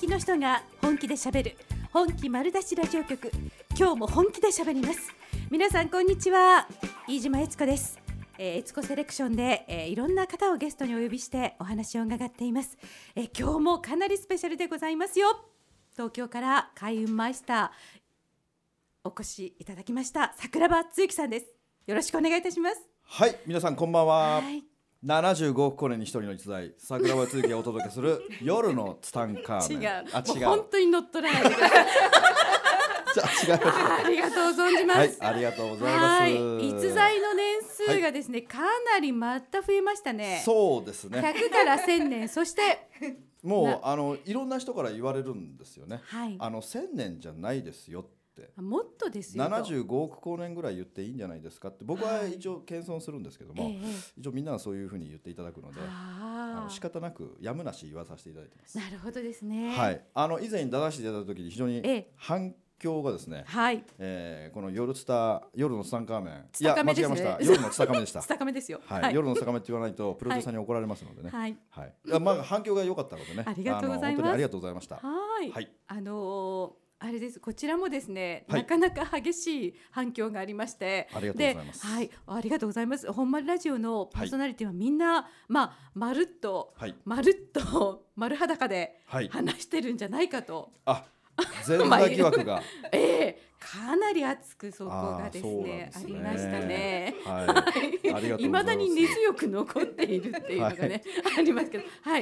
気の人が本気で喋る本気丸出しラジオ局。今日も本気で喋ります。皆さんこんにちは、飯島悦子です。悦子セレクションで、いろんな方をゲストにお呼びしてお話を伺っています。今日もかなりスペシャルでございますよ。東京から開運マイスターお越しいただきました桜庭つゆきさんです。よろしくお願いいたします。 はい、皆さんこんばんは。 はい、 75億光年に一人の逸材桜庭つゆきがお届けする夜のツタンカーメン。 違う、もう本当に乗っ取らないでください。 違うありがとう存じます。 はい、ありがとうございます。 はい、逸材の年数がですね、かなりまた増えましたね。 そうですね。 100から1000年、そしてもういろんな人から言われるんですよね。 はい、 1000年じゃないですよって。 もっとですよと。 75億光年ぐらい言っていいんじゃないですかって。僕は一応謙遜するんですけども、一応みんながそういうふうに言っていただくので、仕方なくやむなし言わさせていただいてます。 なるほどですね。 はい、以前に出させていただいた時に非常に反響がですね、 はい、 この夜のツタンカーメン、 ツタカメですね。 いや間違えました。夜のツタカメでした。 ツタカメですよ。 はい、夜のツタカメって言わないとプロデューサーに怒られますのでね。 はい、 はい、まあ反響が良かったのでね。 ありがとうございます。 本当にありがとうございました。 はい、 はい、 あれです。こちらもですね、 はい、 なかなか激しい反響がありまして、 ありがとうございます。 はい、ありがとうございます。本丸ラジオのパーソナリティはみんな、まるっと、 はい、 丸裸で話してるんじゃないかと。 全裸疑惑が、 かなり熱くそこがですね、ありましたね。 はい、 未だに根強く残っているっていうのがね、ありますけど、はい、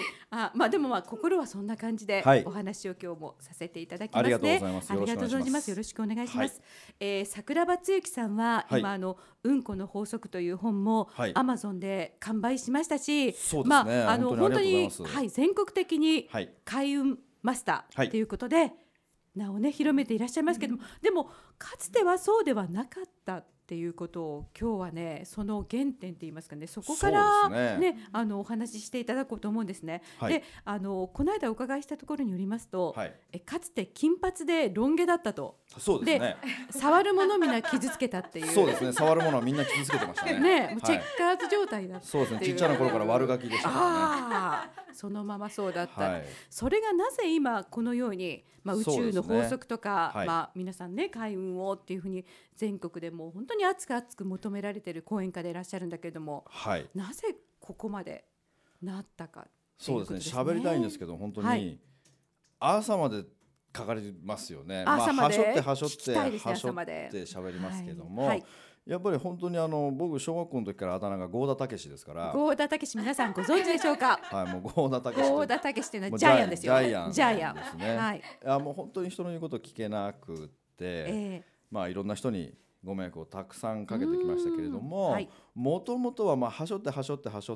でも心はそんな感じでお話を今日もさせていただきますね。 ありがとうございます。 ありがとうございます。よろしくお願いします。桜庭つゆきさんは今うんこの法則という本もアマゾンで完売しましたし、 そうですね、 本当に全国的に開運マスターということで名をね広めていらっしゃいますけども、でもかつてはそうではなかったっていうことを今日はね、その原点って言いますかね、そこからねお話ししていただこうと思うんですね。でこの間お伺いしたところによりますと、かつて金髪でロン毛だったと。 そうですね。 で触るものみんな傷つけたっていう。 そうですね、触るものはみんな傷つけてましたね。 もうチェッカーズ状態だった。 そうですね、ちっちゃな頃から悪ガキでしたからね。 そのままそうだった。それがなぜ今このように、宇宙の法則とか、皆さんね開運をっていうふうに全国でもう本当に熱く求められている講演家でいらっしゃるんだけれども、なぜここまでなったかっていうことですね。 そうですね、喋りたいんですけど本当に朝までかかりますよね。 朝まではしょって喋りますけども、やっぱり本当に僕小学校の時からあだ名が郷田武史ですから。 郷田武史、皆さんご存知でしょうか。 はい、もう郷田武史。 郷田武史というのはジャイアンですよ。 ジャイアンですね。 はい。 もう本当に人の言うこと聞けなくて、いろんな人にご迷惑をたくさんかけてきましたけれども、もともとははしょって、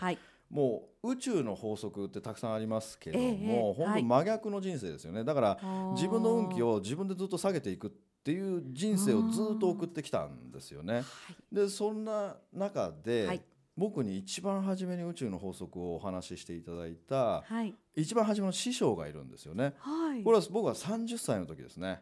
もう宇宙の法則ってたくさんありますけども、本当に真逆の人生ですよね。だから自分の運気を自分でずっと下げていくっていう人生をずっと送ってきたんですよね。でそんな中で、僕に一番初めに宇宙の法則をお話ししていただいた、一番初めの師匠がいるんですよね。これは僕は30歳の時ですね。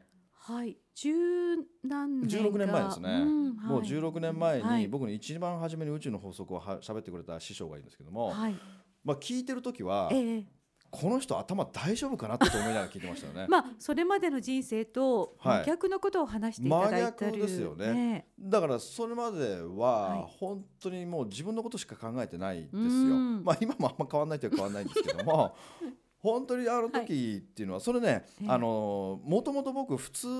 16 年前ですね。もう16年前に僕に一番初めに宇宙の法則を喋ってくれた師匠がいるんですけども、聞いてる時は、この人頭大丈夫かなって思いながら聞いてましたよね。 それまでの人生と真逆のことを話していただいたり、 真逆ですよね。だからそれまでは本当にもう自分のことしか考えてないですよ。今もあんま変わんないというか変わんないんですけども本当に時っていうのはそれね、もともと僕普通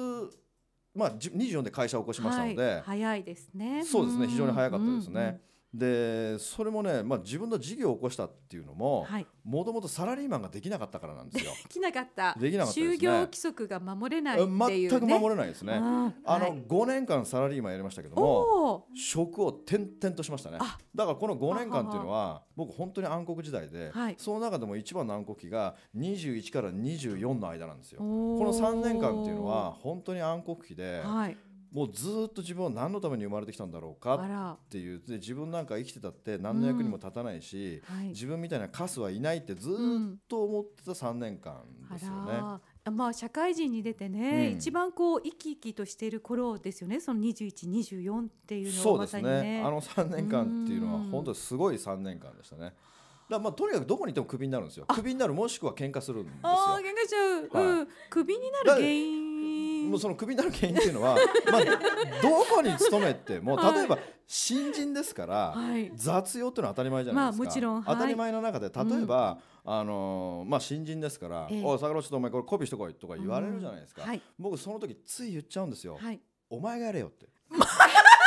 24で会社を起こしましたので、 早いですね。 そうですね、非常に早かったですね。でそれもね、自分の事業を起こしたっていうのももともとサラリーマンができなかったからなんですよ。 できなかったですね。 就業規則が守れないっていうね。 全く守れないですね。5年間サラリーマンやりましたけども、職を転々としましたね。だからこの5年間っていうのは僕本当に暗黒時代で、その中でも一番の暗黒期が21から24の間なんですよ。この3年間っていうのは本当に暗黒期で、もうずっと自分は何のために生まれてきたんだろうかっていう、で自分なんか生きてたって何の役にも立たないし、自分みたいなカスはいないってずっと思ってた3年間ですよね。 社会人に出てね、一番生き生きとしている頃ですよね。その21、24っていうのはまさにね。 そうですね。3年間っていうのは本当にすごい3年間でしたね。 だまあとにかくどこにいてもクビになるんですよ。クビになるもしくは喧嘩するんですよ。 喧嘩しちゃう、はい、クビになる原因、 もうそのクビになる原因っていうのはまあどこに勤めても例えば新人ですから、はい、雑用っていうのは当たり前じゃないですか、 もちろん、 当たり前の中で例えば、まあ、新人ですから、おい坂本ちょっとお前これコピーしてこいとか言われるじゃないですか、はい、僕その時つい言っちゃうんですよ、はい、お前がやれよって本当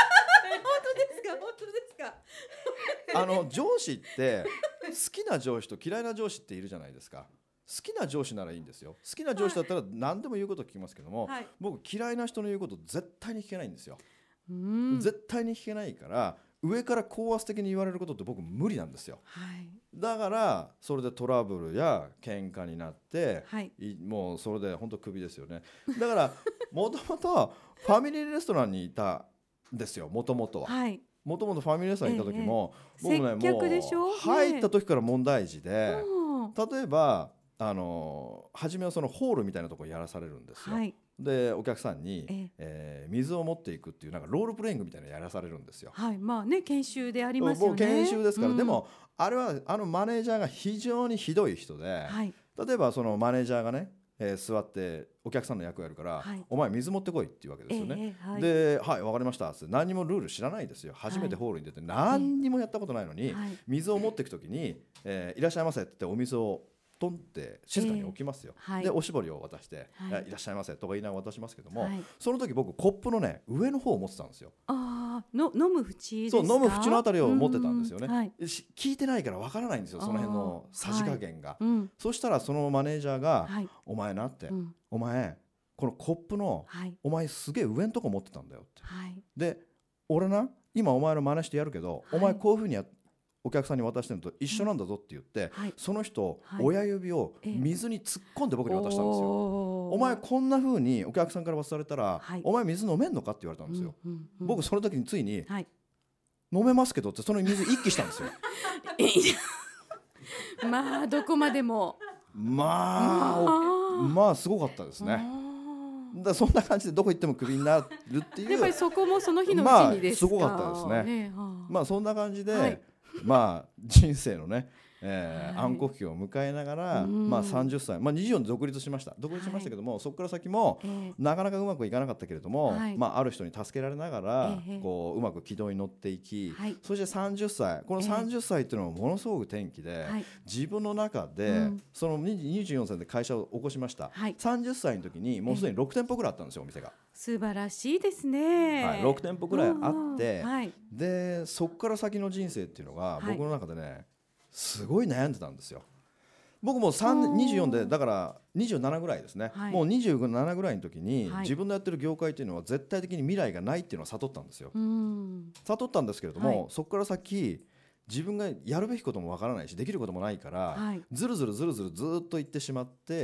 ですか上司って好きな上司と嫌いな上司っているじゃないですか。好きな上司ならいいんですよ。好きな上司だったら何でも言うこと聞きますけども、はい、僕嫌いな人の言うこと絶対に聞けないんですよ。絶対に聞けないから上から高圧的に言われることって僕無理なんですよ、はい、だからそれでトラブルや喧嘩になって、はい、もうそれで本当クビですよね。だからもともとファミリーレストランにいたんですよ。もともとは、はい、もともとファミリーレストランにいた時も、僕ねもう入った時から問題児で、例えば初めはそのホールみたいなところやらされるんですよ、はい、でお客さんに、水を持っていくっていうなんかロールプレイングみたいなのやらされるんですよ。 はい、まあね研修でありますよね。 研修ですから、でもあれはマネージャーが非常にひどい人で、はい、例えばそのマネージャーがね、座ってお客さんの役をやるから、はい、お前水持ってこいっていうわけですよね、はい、ではい分かりましたって何もルール知らないですよ。初めてホールに出て何にもやったことないのに、水を持っていくときに、いらっしゃいませってお水をトンって静かに置きますよ、はい、でおしぼりを渡して、はい、いらっしゃいませとか言いながら渡しますけども、はい、その時僕コップのね上の方を持ってたんですよ。 飲む縁ですか？ そう飲む縁のあたりを持ってたんですよね、はい、聞いてないからわからないんですよその辺のさじ加減が、そしたらそのマネージャーが、お前なって、お前このコップの、お前すげえ上のとこ持ってたんだよって、で俺な今お前の真似してやるけど、お前こういう風にお客さんに渡してるのと一緒なんだぞって言って、その人、親指を水に突っ込んで僕に渡したんですよ。お前こんな風にお客さんから渡されたら、お前水飲めんのかって言われたんですよ、僕その時についに、飲めますけどってその水一気したんですよまあどこまでもまあすごかったですね。だそんな感じでどこ行ってもクビになるっていうやっぱりそこもその日のうちにですか？ すごかったですね、まあそんな感じで、まあ人生のね、暗黒期を迎えながら、まあ、30歳、まあ、24で独立しましたけども、そこから先も、なかなかうまくいかなかったけれども、まあ、ある人に助けられながら、こううまく軌道に乗っていき、そして30歳この30歳っていうのはものすごく転機で、自分の中で、その24歳で会社を起こしました、30歳の時にもうすでに6店舗ぐらいあったんですよお店が。 素晴らしいですね、 6店舗ぐらいあって、でそこから先の人生っていうのが僕の中でね、すごい悩んでたんですよ。僕も24でだから27ぐらいですね、もう27ぐらいの時に、自分のやってる業界というのは絶対的に未来がないっていうのは悟ったんですよ。悟ったんですけれども、そこから先自分がやるべきこともわからないしできることもないから、ずるずるずっといってしまって、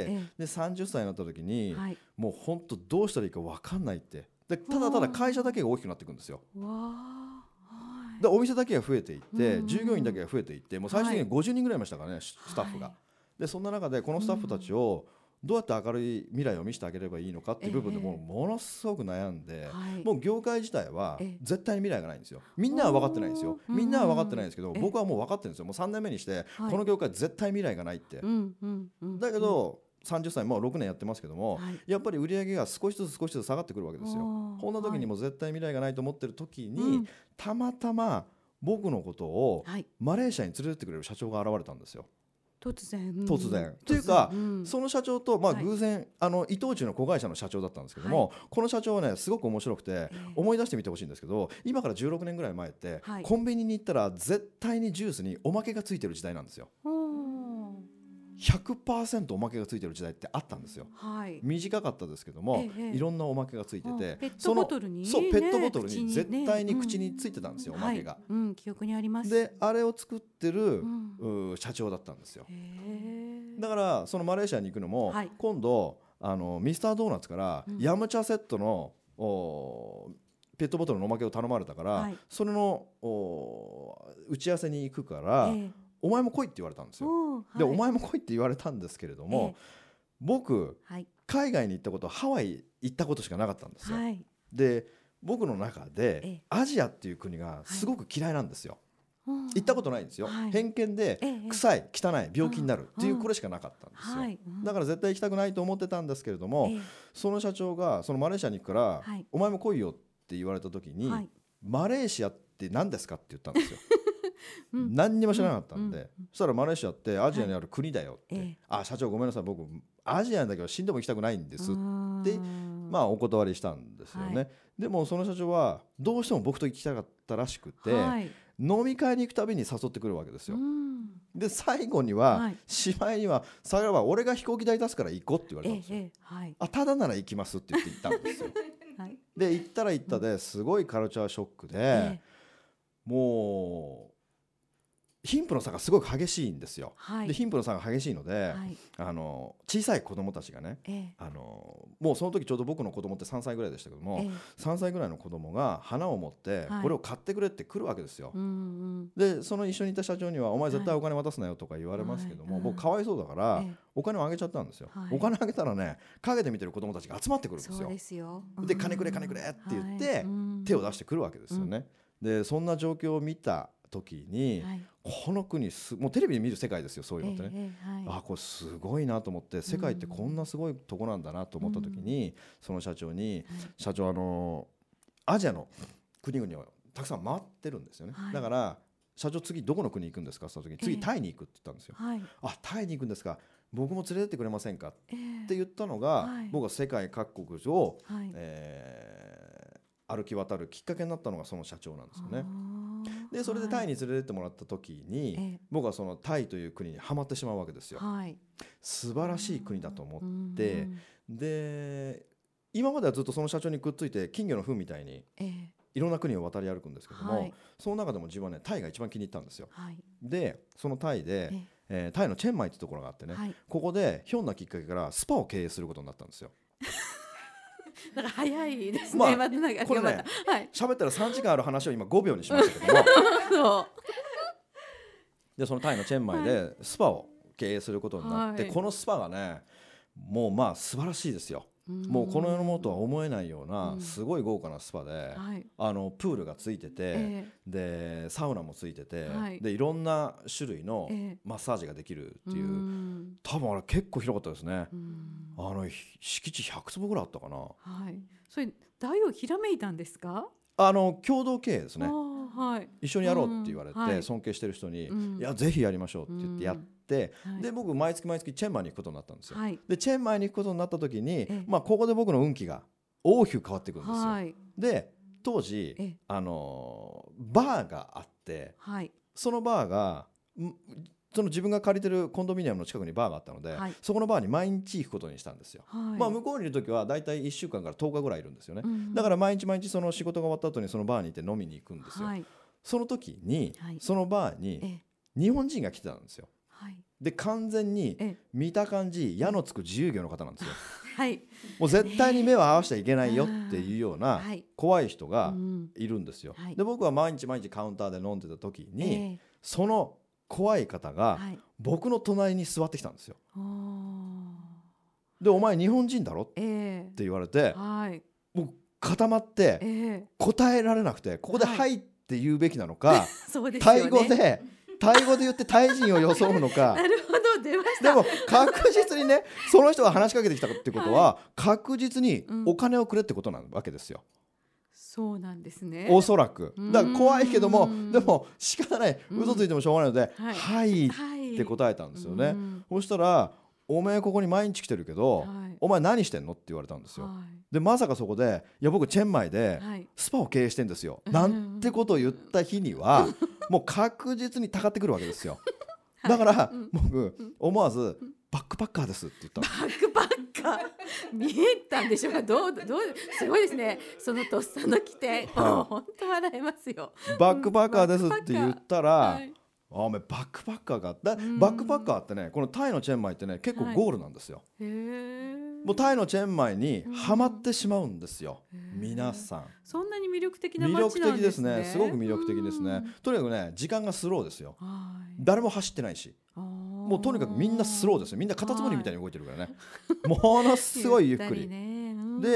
で30歳になった時に、もう本当どうしたらいいかわかんないって、でただただ会社だけが大きくなっていくんですよ。でお店だけが増えていって、従業員だけが増えていって、もう最終的に50人ぐらいいましたからね、スタッフが。でそんな中でこのスタッフたちをどうやって明るい未来を見せてあげればいいのかっていう部分でものすごく悩んで、もう業界自体は絶対に未来がないんですよ。みんなは分かってないんですよ。みんなは分かってないんですけど、僕はもう分かってるんですよ。もう3年目にしてこの業界絶対未来がないって。だけど30歳もう6年やってますけども、やっぱり売り上げが少しずつ下がってくるわけですよ。こんな時にも絶対未来がないと思ってる時に、たまたま僕のことをマレーシアに連れてってくれる社長が現れたんですよ。突然というか、その社長と、まあ、偶然、伊藤忠の子会社の社長だったんですけども、この社長はねすごく面白くて、思い出してみてほしいんですけど、今から16年ぐらい前って、コンビニに行ったら絶対にジュースにおまけがついてる時代なんですよ。100% おまけがついてる時代ってあったんですよ、短かったですけども、いろんなおまけがついてて、 ペットボトルに絶対に口についてたんですよ、おまけが、 記憶にあります。 であれを作ってる、社長だったんですよ。だからそのマレーシアに行くのも、今度ミスタードーナツからヤムチャセットのペットボトルのおまけを頼まれたから、それの打ち合わせに行くから、お前も来いって言われたんですよ。でお前も来いって言われたんですけれども、僕、海外に行ったこと、ハワイ行ったことしかなかったんですよ。で僕の中で、アジアっていう国がすごく嫌いなんですよ。 行ったことないんですよ、偏見で臭い汚い病気になるっていうこれしかなかったんですよ、だから絶対行きたくないと思ってたんですけれども、その社長がそのマレーシアに行くから、お前も来いよって言われた時に、マレーシアって何ですかって言ったんですよ何にも知らなかったんで、そしたらマレーシアってアジアにある国だよって、社長ごめんなさい僕アジアだけど死んでも行きたくないんですってお断りしたんですよね、でもその社長はどうしても僕と行きたかったらしくて、飲み会に行くたびに誘ってくるわけですよ。で最後には、しまいにはさらば俺が飛行機代出すから行こうって言われたんですよ、ただなら行きますって言って行ったんですよで行ったら行ったですごいカルチャーショックで、もう貧富の差がすごく激しいんですよ、で貧富の差が激しいので、小さい子供たちがね、もうその時ちょうど僕の子供って3歳ぐらいでしたけども、3歳ぐらいの子供が花を持ってこれを買ってくれって来るわけですよ、でその一緒にいた社長にはお前絶対お金渡すなよとか言われますけども、僕かわいそうだからお金をあげちゃったんですよ、お金あげたらね陰で見てる子供たちが集まってくるんですよ。 そうですよ、 で金くれ金くれって言って手を出してくるわけですよね、でそんな状況を見た時に、この国もうテレビで見る世界ですよそういうのってね、これすごいなと思って、世界ってこんなすごいとこなんだなと思った時に、その社長に、社長アジアの国々をたくさん回ってるんですよね、だから社長次どこの国行くんですかって言った時に、次タイに行くって言ったんですよ、タイに行くんですか、僕も連れてってくれませんかって言ったのが、僕は世界各国を、歩き渡るきっかけになったのがその社長なんですよね。でそれでタイに連れてってもらった時に、僕はそのタイという国にはまってしまうわけですよ、素晴らしい国だと思って、で今まではずっとその社長にくっついて金魚の糞みたいにいろんな国を渡り歩くんですけども、その中でも自分はねタイが一番気に入ったんですよ、でそのタイで、タイのチェンマイってところがあってね、ここでひょんなきっかけからスパを経営することになったんですよなんか早いですね、 これね喋ったら3時間ある話を今5秒にしましたけどもそうでそのタイのチェンマイでスパを経営することになって、このスパがねもう素晴らしいですよ、もうこの世のものとは思えないようなすごい豪華なスパで、プールがついてて、でサウナもついてて、でいろんな種類のマッサージができるっていう、多分あれ結構広かったですね、敷地100坪ぐらいあったかな、 それ大をひらめいたんですか？ 共同経営ですね、一緒にやろうって言われて、尊敬してる人に、いやぜひやりましょうって言ってやって、で僕毎月毎月チェンマイに行くことになったんですよ、でチェンマイに行くことになった時に、ここで僕の運気が大きく変わっていくんですよ、で当時バーがあって、そのバーがその自分が借りてるコンドミニアムの近くにバーがあったので、そこのバーに毎日行くことにしたんですよ、向こうにいる時はだいたい1週間から10日ぐらいいるんですよね、だから毎日毎日その仕事が終わった後にそのバーに行って飲みに行くんですよ、その時に、そのバーに日本人が来てたんですよ、で完全に見た感じ矢のつく自由業の方なんですよ、もう絶対に目を合わせちゃいけないよっていうような怖い人がいるんですよ、で僕は毎日毎日カウンターで飲んでた時に、その怖い方が僕の隣に座ってきたんですよ、でお前日本人だろって言われて、もう固まって答えられなくて、ここではいって言うべきなのか、タイ語で言ってタイ人を装うのかなるほど、出ました。 でも確実にねその人が話しかけてきたってことは、確実にお金をくれってことなわけですよ、 そうなんですね、 おそらくだから怖いけども、でも仕方ない、嘘ついてもしょうがないので、はいって答えたんですよね、そしたらお前ここに毎日来てるけど、お前何してんのって言われたんですよ、でまさかそこでいや僕チェンマイでスパを経営してんですよ、なんてことを言った日にはもう確実にたかってくるわけですよ、だから僕思わずバックパッカーですって言ったの。 バックパッカー見えたんでしょうか、どうすごいですね、そのとっさの起点、本当笑えますよ。 バックパッカーですって言ったら、お前バックパッカーかバックパッカーってね、このタイのチェンマイってね結構ゴールなんですよ、もうタイのチェンマイにハマってしまうんですよ、皆さん。 そんなに魅力的な街なんですね。 魅力的ですね、すごく魅力的ですね。とにかくね時間がスローですよ、誰も走ってないし、もうとにかくみんなスローですよ、みんなカタツムリみたいに動いてるからねものすごいゆっくりで、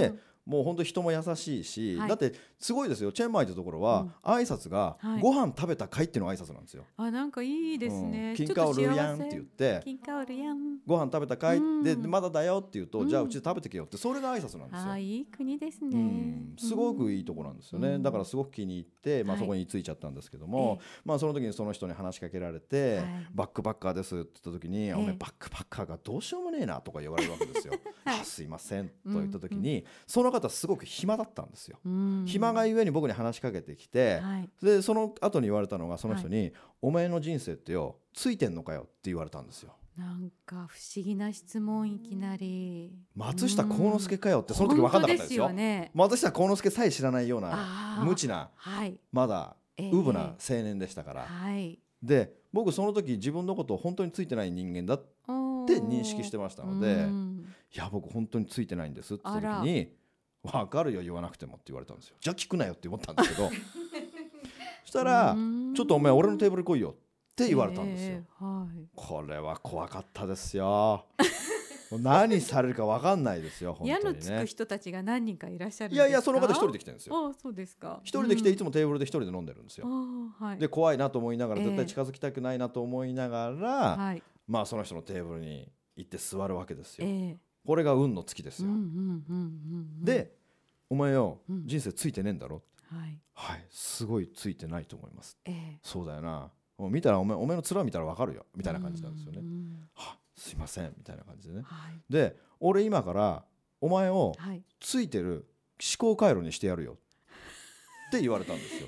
もう本当人も優しいし、 はい、 だってすごいですよ、チェンマイってところは、挨拶がご飯食べたかいっていうのが挨拶なんですよ。 なんかいいですね。 キンカオルヤンって言って、 キンカオルヤン、 ご飯食べたかいでまだだよって言うと、じゃあうちで食べてけよって、それが挨拶なんですよ。 いい国ですね。 すごくいいところなんですよね。だからすごく気に入って、そこに着いちゃったんですけども、その時にその人に話しかけられて、バックパッカーですって言った時に、お前バックパッカーがどうしようもねえなとか言われるわけですよ。すいませんと言った時に、その方すごく暇だったんですよ。暇がゆえに僕に話しかけてきて、でその後に言われたのが、その人に、お前の人生ってよついてんのかよって言われたんですよ。 なんか不思議な質問、いきなり松下幸之助かよってその時分かんなかったですよ。松下幸之助さえ知らないような無知な、まだウブな青年でしたから、で僕その時自分のことを本当についてない人間だって認識してましたので、いや僕本当についてないんですって言った時に、分かるよ言わなくてもって言われたんですよ。じゃあ聞くなよって思ったんですけどそしたらちょっとお前俺のテーブル来いよって言われたんですよ。これは怖かったですよ何されるか分かんないですよ本当にね。 矢のつく人たちが何人かいらっしゃるんですか。 いやいや、その方一人で来てるんですよ。 そうですか。 一人で来ていつもテーブルで一人で飲んでるんですよ。で怖いなと思いながら、絶対近づきたくないなと思いながら、その人のテーブルに行って座るわけですよ。これが運の月ですよ。でお前よ、人生ついてねえんだろ。はい、すごいついてないと思います。そうだよな、見たらお前の面見たら分かるよみたいな感じなんですよね。すいませんみたいな感じでね。で俺今からお前をついてる思考回路にしてやるよって言われたんですよ。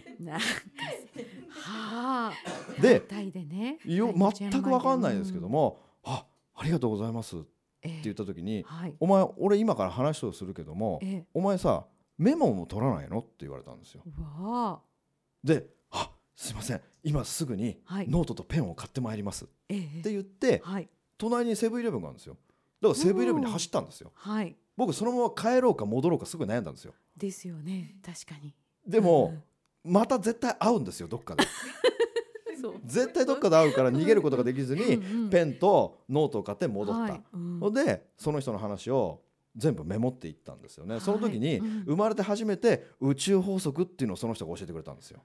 で全く分かんないですけども、ありがとうございますって言った時に、お前俺今から話をするけども、お前さメモも取らないのって言われたんですよ。で、すいません今すぐにノートとペンを買ってまいりますって言って、隣にセブンイレブンがあるんですよ。だからセブンイレブンに走ったんですよ。僕そのまま帰ろうか戻ろうかすぐ悩んだんですよ。 ですよね、確かに。 でも、また絶対会うんですよどっかで絶対どっかで会うから逃げることができずにペンとノートを買って戻ったので、その人の話を全部メモっていったんですよね。その時に生まれて初めて宇宙法則っていうのをその人が教えてくれたんですよ。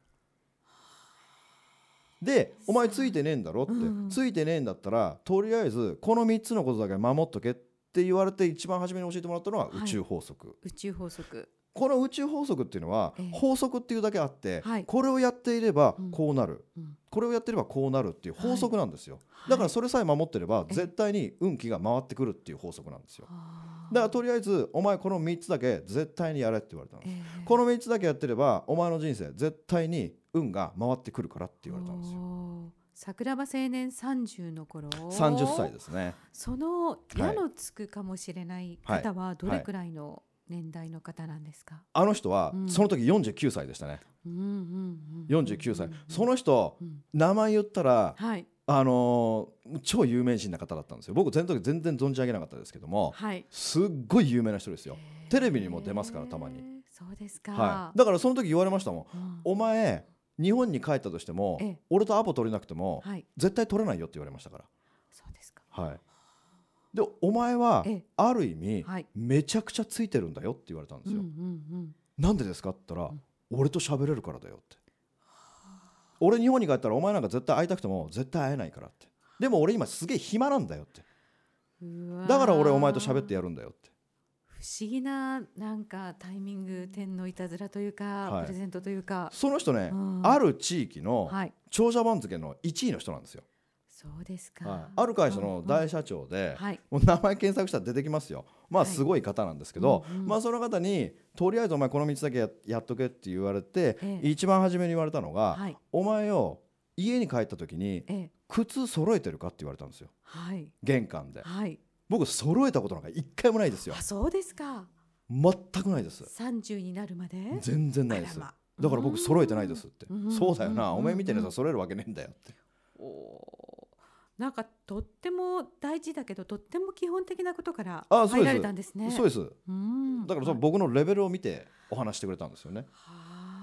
でお前ついてねえんだろって、ついてねえんだったらとりあえずこの3つのことだけ守っとけって言われて、一番初めに教えてもらったのは宇宙法則。 宇宙法則、 この宇宙法則っていうのは法則っていうだけあって、これをやっていればこうなる、これをやっていればこうなるっていう法則なんですよ。だからそれさえ守ってれば絶対に運気が回ってくるっていう法則なんですよ。だからとりあえずお前この3つだけ絶対にやれって言われたんです。この3つだけやってればお前の人生絶対に運が回ってくるからって言われたんですよ。 桜庭青年30の頃、 30歳ですね。 その矢のつくかもしれない方はどれくらいの年代の方なんですか。 あの人はその時49歳でしたね。49歳。その人、名前言ったら、超有名人な方だったんですよ。僕その時全然存じ上げなかったですけども、すっごい有名な人ですよ。テレビにも出ますからたまに。 そうですか。 だからその時言われましたもん、お前日本に帰ったとしても俺とアポ取れなくても絶対取れないよって言われましたから。 そうですか。 でお前はある意味めちゃくちゃついてるんだよって言われたんですよ。なんでですかって言ったら、俺と喋れるからだよって。俺日本に帰ったらお前なんか絶対会いたくても絶対会えないからって。でも俺今すげえ暇なんだよって。だから俺お前と喋ってやるんだよって。 不思議ななんかタイミング、天のいたずらというか、プレゼントというか。 その人ね、ある地域の長者番付の1位の人なんですよ。 そうですか。 ある会社の大社長で、もう名前検索したら出てきますよ。すごい方なんですけど、その方にとりあえずお前この3つだけ やっとけって言われて、一番初めに言われたのが、お前よ家に帰った時に靴揃えてるかって言われたんですよ。玄関で。僕揃えたことなんか一回もないですよ。 そうですか。 全くないです。 30になるまで全然ないです。だから僕揃えてないですって。そうだよな、お前みたいなやつは揃えるわけねえんだよって。 なんかとっても大事だけどとっても基本的なことから入られたんですね。 そうです。だから僕のレベルを見てお話してくれたんですよね。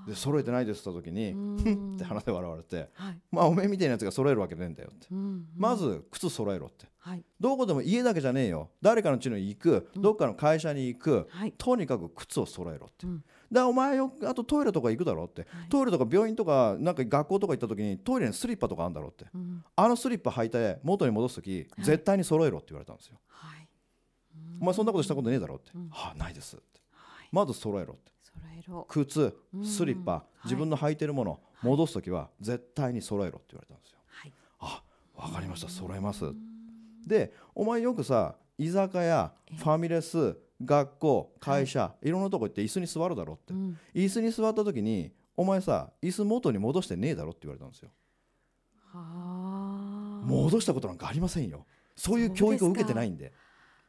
で揃えてないですって言った時にふんって鼻で笑われて、まあおめえみたいなやつが揃えるわけねえんだよって、まず靴揃えろって、どこでも家だけじゃねえよ、誰かの家に行く、どっかの会社に行く、とにかく靴を揃えろって、でお前よあとトイレとか行くだろって、トイレとか病院とかなんか学校とか行った時にトイレにスリッパとかあるんだろうって、あのスリッパ履いて元に戻す時、絶対に揃えろって言われたんですよ。お前そんなことしたことねえだろって、はあないですって、まず揃えろって、靴、スリッパ、自分の履いてるもの、戻す時は絶対に揃えろって言われたんですよ。あ、わかりました、揃えます。でお前よくさ居酒屋、ファミレス、学校、会社、いろんなとこ行って椅子に座るだろって、椅子に座った時にお前さ椅子元に戻してねえだろって言われたんですよ。戻したことなんかありませんよ、そういう教育を受けてないんで。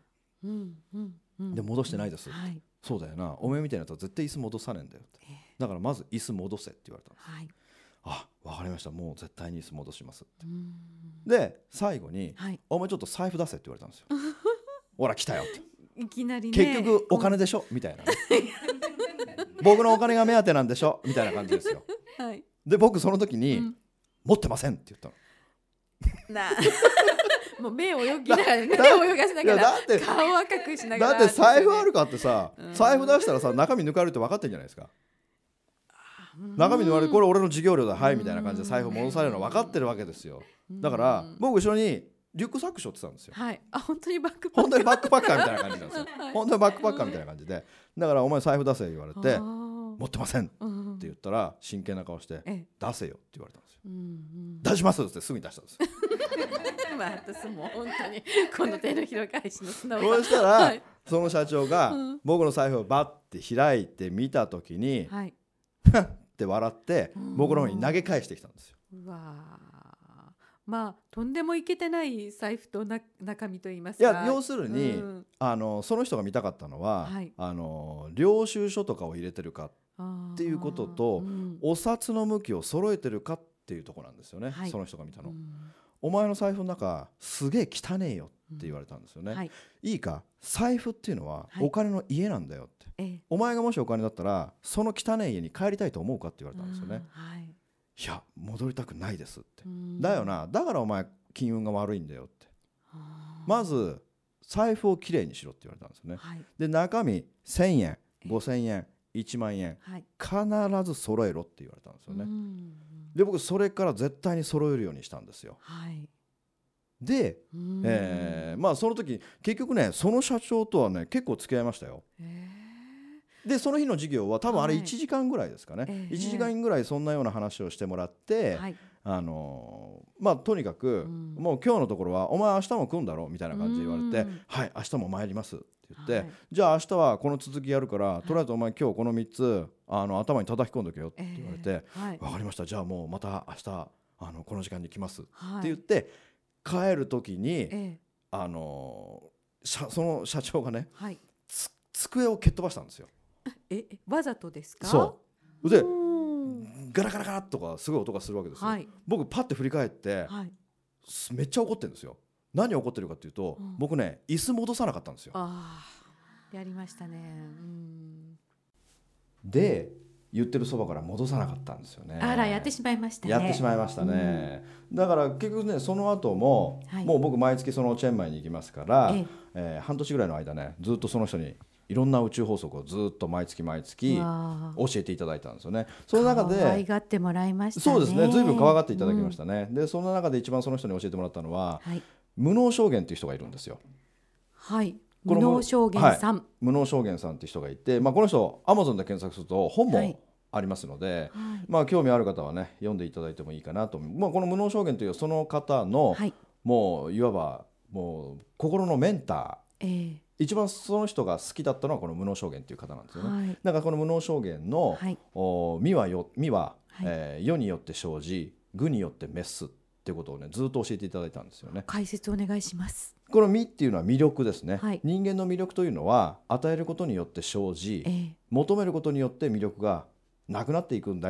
で戻してないですって、そうだよな、お前みたいなやつは絶対椅子戻さねえんだよって、だからまず椅子戻せって言われたんです。あ、わかりました、もう絶対に椅子戻しますって。で最後に、お前ちょっと財布出せって言われたんですよ。ほら来たよっていきなり、ね、結局お金でしょみたいな、ね、僕のお金が目当てなんでしょみたいな感じですよ。で僕その時に、持ってませんって言ったの。 もう目を泳ぎながら、目を泳がしながら、顔を赤くしながら、 だって財布あるかってさ、財布出したらさ中身抜かれるって分かってんじゃないですか。中身抜かれる、これ俺の授業料だ、はいみたいな感じで財布戻されるの分かってるわけですよ。だから僕後ろにリュックサック背負ってたんですよ。 本当にバックパッカーみたいな感じなんですよ。本当にバックパッカーみたいな感じで、だからお前財布出せ言われて、持ってませんって言ったら真剣な顔して、出せよって言われたんですよ。出しますってすぐに出したんですよ。 私も本当にこの手のひら返しの素直さ。そしたら、その社長が僕の財布をバッて開いて見た時に、って笑って僕の方に投げ返してきたんですよ。 まあとんでもいけてない財布と中身といいますか、 いや要するに、その人が見たかったのは、領収書とかを入れてるかっていうことと、お札の向きを揃えてるかっていうところなんですよね、その人が見たの。お前の財布の中すげえ汚ねえよって言われたんですよね。いいか、財布っていうのはお金の家なんだよって、お前がもしお金だったらその汚い家に帰りたいと思うかって言われたんですよね。いや戻りたくないですって、だよな、だからお前金運が悪いんだよって、まず財布をきれいにしろって言われたんですよね。で中身1000円、5000円、1万円、必ず揃えろって言われたんですよね。で僕それから絶対に揃えるようにしたんですよ。で、まあその時結局ねその社長とはね結構付き合いましたよ。でその日の授業は多分あれ1時間ぐらいですかね、1時間ぐらいそんなような話をしてもらって、まあとにかく、もう今日のところはお前明日も来るんだろうみたいな感じで言われて、はい明日も参りますって言って、じゃあ明日はこの続きやるから、とりあえずお前今日この3つ頭に叩き込んどけよって言われて、分かりました、じゃあもうまた明日この時間に来ますって言って、帰る時に、その社長がね、机を蹴っ飛ばしたんですよ。 わざとですか？ そうでガラガラガラとかすごい音がするわけですよ。僕パッて振り返って、めっちゃ怒ってるんですよ。何怒ってるかっていうと、僕ね椅子戻さなかったんですよ。 やりましたね。 で言ってるそばから戻さなかったんですよね。 やってしまいましたね。 やってしまいましたね。だから結局ねその後も、もう僕毎月そのチェンマイに行きますから、半年ぐらいの間ねずっとその人にいろんな宇宙法則をずっと毎月教えていただいたんですよね。その中で可愛がってもらいましたね。 そうですね、随分可愛がっていただきましたね。でその中で一番その人に教えてもらったのは、無能証言っていう人がいるんですよ。無能証言さん、無能証言さんっていう人がいて、この人 Amazon で検索すると本もありますので、興味ある方はね読んでいただいてもいいかなと思う。この無能証言というその方の、もういわばもう心のメンター、一番その人が好きだったのはこの無能証言という方なんですよね。だからこの無能証言の身は世によって生じ愚によって滅すっていうことをねずっと教えていただいたんですよね。 解説お願いします。 この身っていうのは魅力ですね。人間の魅力というのは与えることによって生じ、求めることによって魅力がなくなっていくんだよ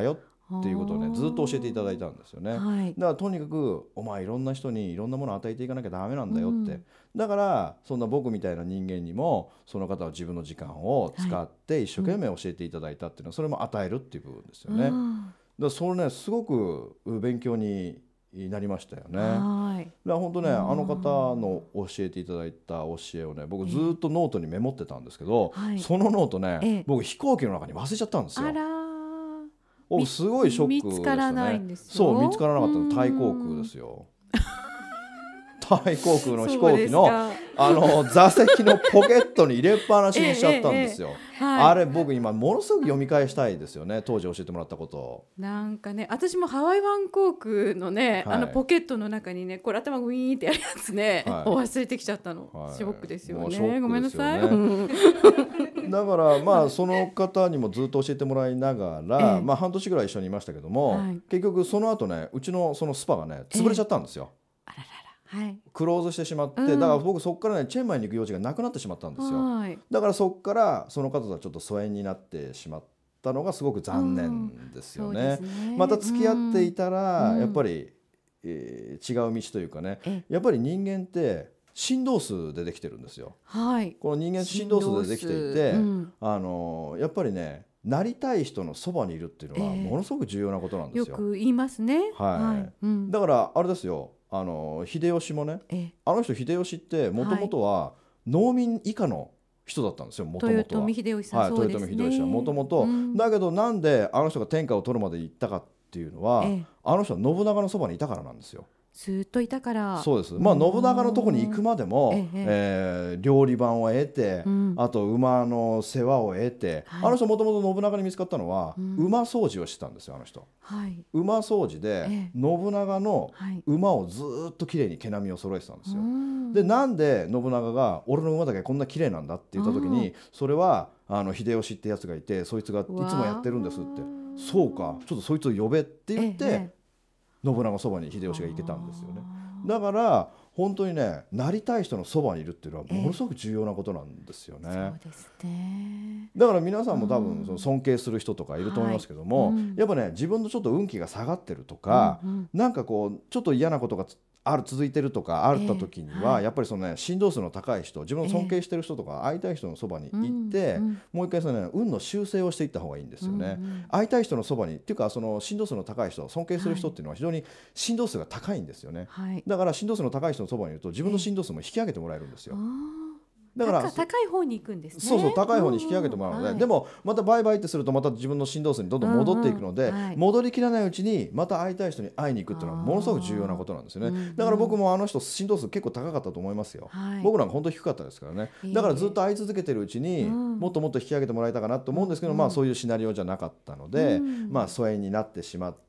っていうことをねずっと教えていただいたんですよね、だからとにかくお前いろんな人にいろんなものを与えていかなきゃダメなんだよって、だからそんな僕みたいな人間にもその方は自分の時間を使って一生懸命教えていただいたっていうのはそれも与えるっていう部分ですよね、だからそれねすごく勉強になりましたよね。だから本当ねあの方の教えていただいた教えをね僕ずっとノートにメモってたんですけど、そのノートね、僕飛行機の中に忘れちゃったんですよ。僕すごいショックでしたね。 見つからないんですよ。 そう見つからなかったの。タイ航空ですよ。タイ航空の飛行機の座席のポケットに入れっぱなしにしちゃったんですよ。あれ僕今ものすごく読み返したいですよね、当時教えてもらったことを。 なんかね私もハワイワン航空のね、ポケットの中にねこれ頭グイーンってやるやつね、忘れてきちゃったの、ショックですよね。ごめんなさい。 だからまあその方にもずっと教えてもらいながら、まあ半年ぐらい一緒にいましたけども、結局その後ねうちのそのスパがね潰れちゃったんですよ。クローズしてしまって、だから僕そこからねチェンマイに行く用事がなくなってしまったんですよ。だからそこからその方とはちょっと疎遠になってしまったのがすごく残念ですよね。また付き合っていたらやっぱり、違う道というかね、やっぱり人間って振動数でできてるんですよ。この人間振動数でできていて、やっぱりねなりたい人のそばにいるっていうのはものすごく重要なことなんですよ。 よく言いますね。 だからあれですよ、秀吉もね、あの人秀吉ってもともとは農民以下の人だったんですよ。もともとは豊臣秀吉さん、そうですね。 豊臣秀吉はもともとだけどなんであの人が天下を取るまで行ったかっていうのは、あの人は信長のそばにいたからなんですよ。 ずっといたから。 そうです。まあ信長のとこに行くまでも、料理番を得て、あと馬の世話を得て、あの人もともと信長に見つかったのは、馬掃除をしてたんですよ。あの人、馬掃除で、信長の馬をずっときれいに毛並みを揃えてたんですよ。でなんで信長が俺の馬だけこんなきれいなんだって言った時に、それは秀吉ってやつがいてそいつがいつもやってるんですって。そうかちょっとそいつを呼べって言って、信長のそばに秀吉が行けたんですよね。だから本当にねなりたい人のそばにいるっていうのはものすごく重要なことなんですよね。 そうですね。 だから皆さんも多分その尊敬する人とかいると思いますけども、やっぱね自分のちょっと運気が下がってるとか、なんかこうちょっと嫌なことが続いてるとかあった時には、やっぱりそのね振動数の高い人、自分の尊敬してる人とか会いたい人のそばに行って、もう一回そのね運の修正をしていった方がいいんですよね。会いたい人のそばにっていうかその振動数の高い人、尊敬する人っていうのは非常に振動数が高いんですよね。だから振動数の高い人のそばにいると自分の振動数も引き上げてもらえるんですよ。 だから高い方に行くんですね。 そう高い方に引き上げてもらうので、でもまたバイバイってするとまた自分の振動数にどんどん戻っていくので、戻りきらないうちにまた会いたい人に会いに行くっていうのはものすごく重要なことなんですよね。だから僕もあの人振動数結構高かったと思いますよ。僕なんか本当に低かったですからね。だからずっと会い続けてるうちにもっともっと引き上げてもらえたかなと思うんですけど、まあそういうシナリオじゃなかったので、まあ疎遠になってしまって、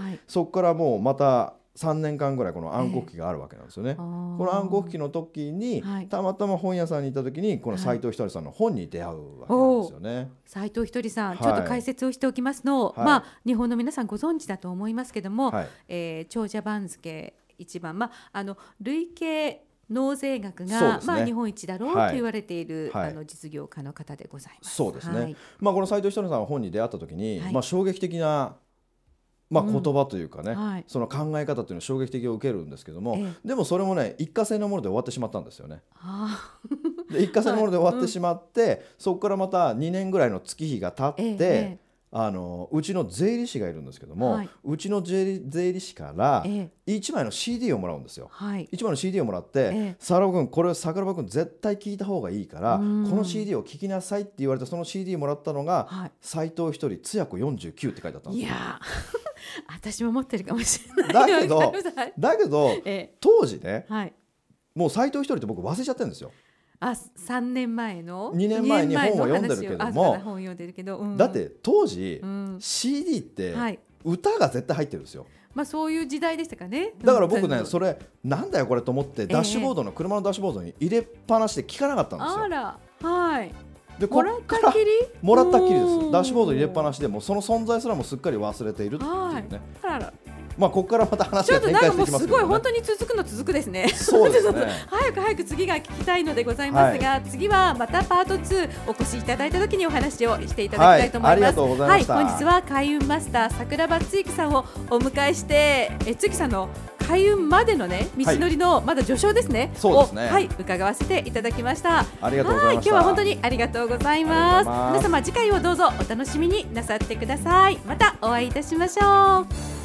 そこからもうまた3年間ぐらいこの暗黒期があるわけなんですよね。この暗黒期の時に、たまたま本屋さんに行った時にこの斉藤ひとりさんの本に出会うわけなんですよね。 斉藤ひとりさん、ちょっと解説をしておきますの、まあ日本の皆さんご存知だと思いますけども、長者番付一番、まあ累計納税額が、まあ日本一だろうと言われている、実業家の方でございます。 そうですね。まあこの斉藤ひとりさんの本に出会った時に、まあ衝撃的な言葉というかね、その考え方というのは衝撃的を受けるんですけども、でもそれもね一過性のもので終わってしまったんですよね。で一過性のもので終わってしまって、そこからまた2年ぐらいの月日が経って、うちの税理士がいるんですけども、うちの税理士から1枚の CD をもらうんですよ。1枚の CD をもらって、桜庭君これ桜庭君絶対聞いた方がいいから、この CD を聞きなさいって言われて、その CD をもらったのが斉藤ひとりつや子49って書いてあったんですよ。 いや私も持ってるかもしれない。 だけど当時ね、もう斉藤ひとりって僕忘れちゃってるんですよ。 3年前の 2年前に本を読んでるけども、だって当時、CD って歌が絶対入ってるんですよ。 まあそういう時代でしたかね。 だから僕ねそれなんだよこれと思って、ダッシュボードの車のダッシュボードに入れっぱなしで聞かなかったんですよ。 あら、でもらったっきりもらったっきりです。ダッシュボード入れっぱなしでもうその存在すらもすっかり忘れているっていうね。 まあここからまた話が展開していきますけどね。 ちょっとなんかもうすごい本当に続くですね。 そうですね。 早く次が聞きたいのでございますが、次はまたパート2お越しいただいた時にお話をしていただきたいと思います。 ありがとうございました。 本日は開運マスター桜庭つゆきさんをお迎えして、つゆきさんの開運までのね道のりのまだ序章ですね。 そうですね。 伺わせていただきました。 ありがとうございました。 今日は本当にありがとうございます。皆様次回をどうぞお楽しみになさってください。またお会いいたしましょう。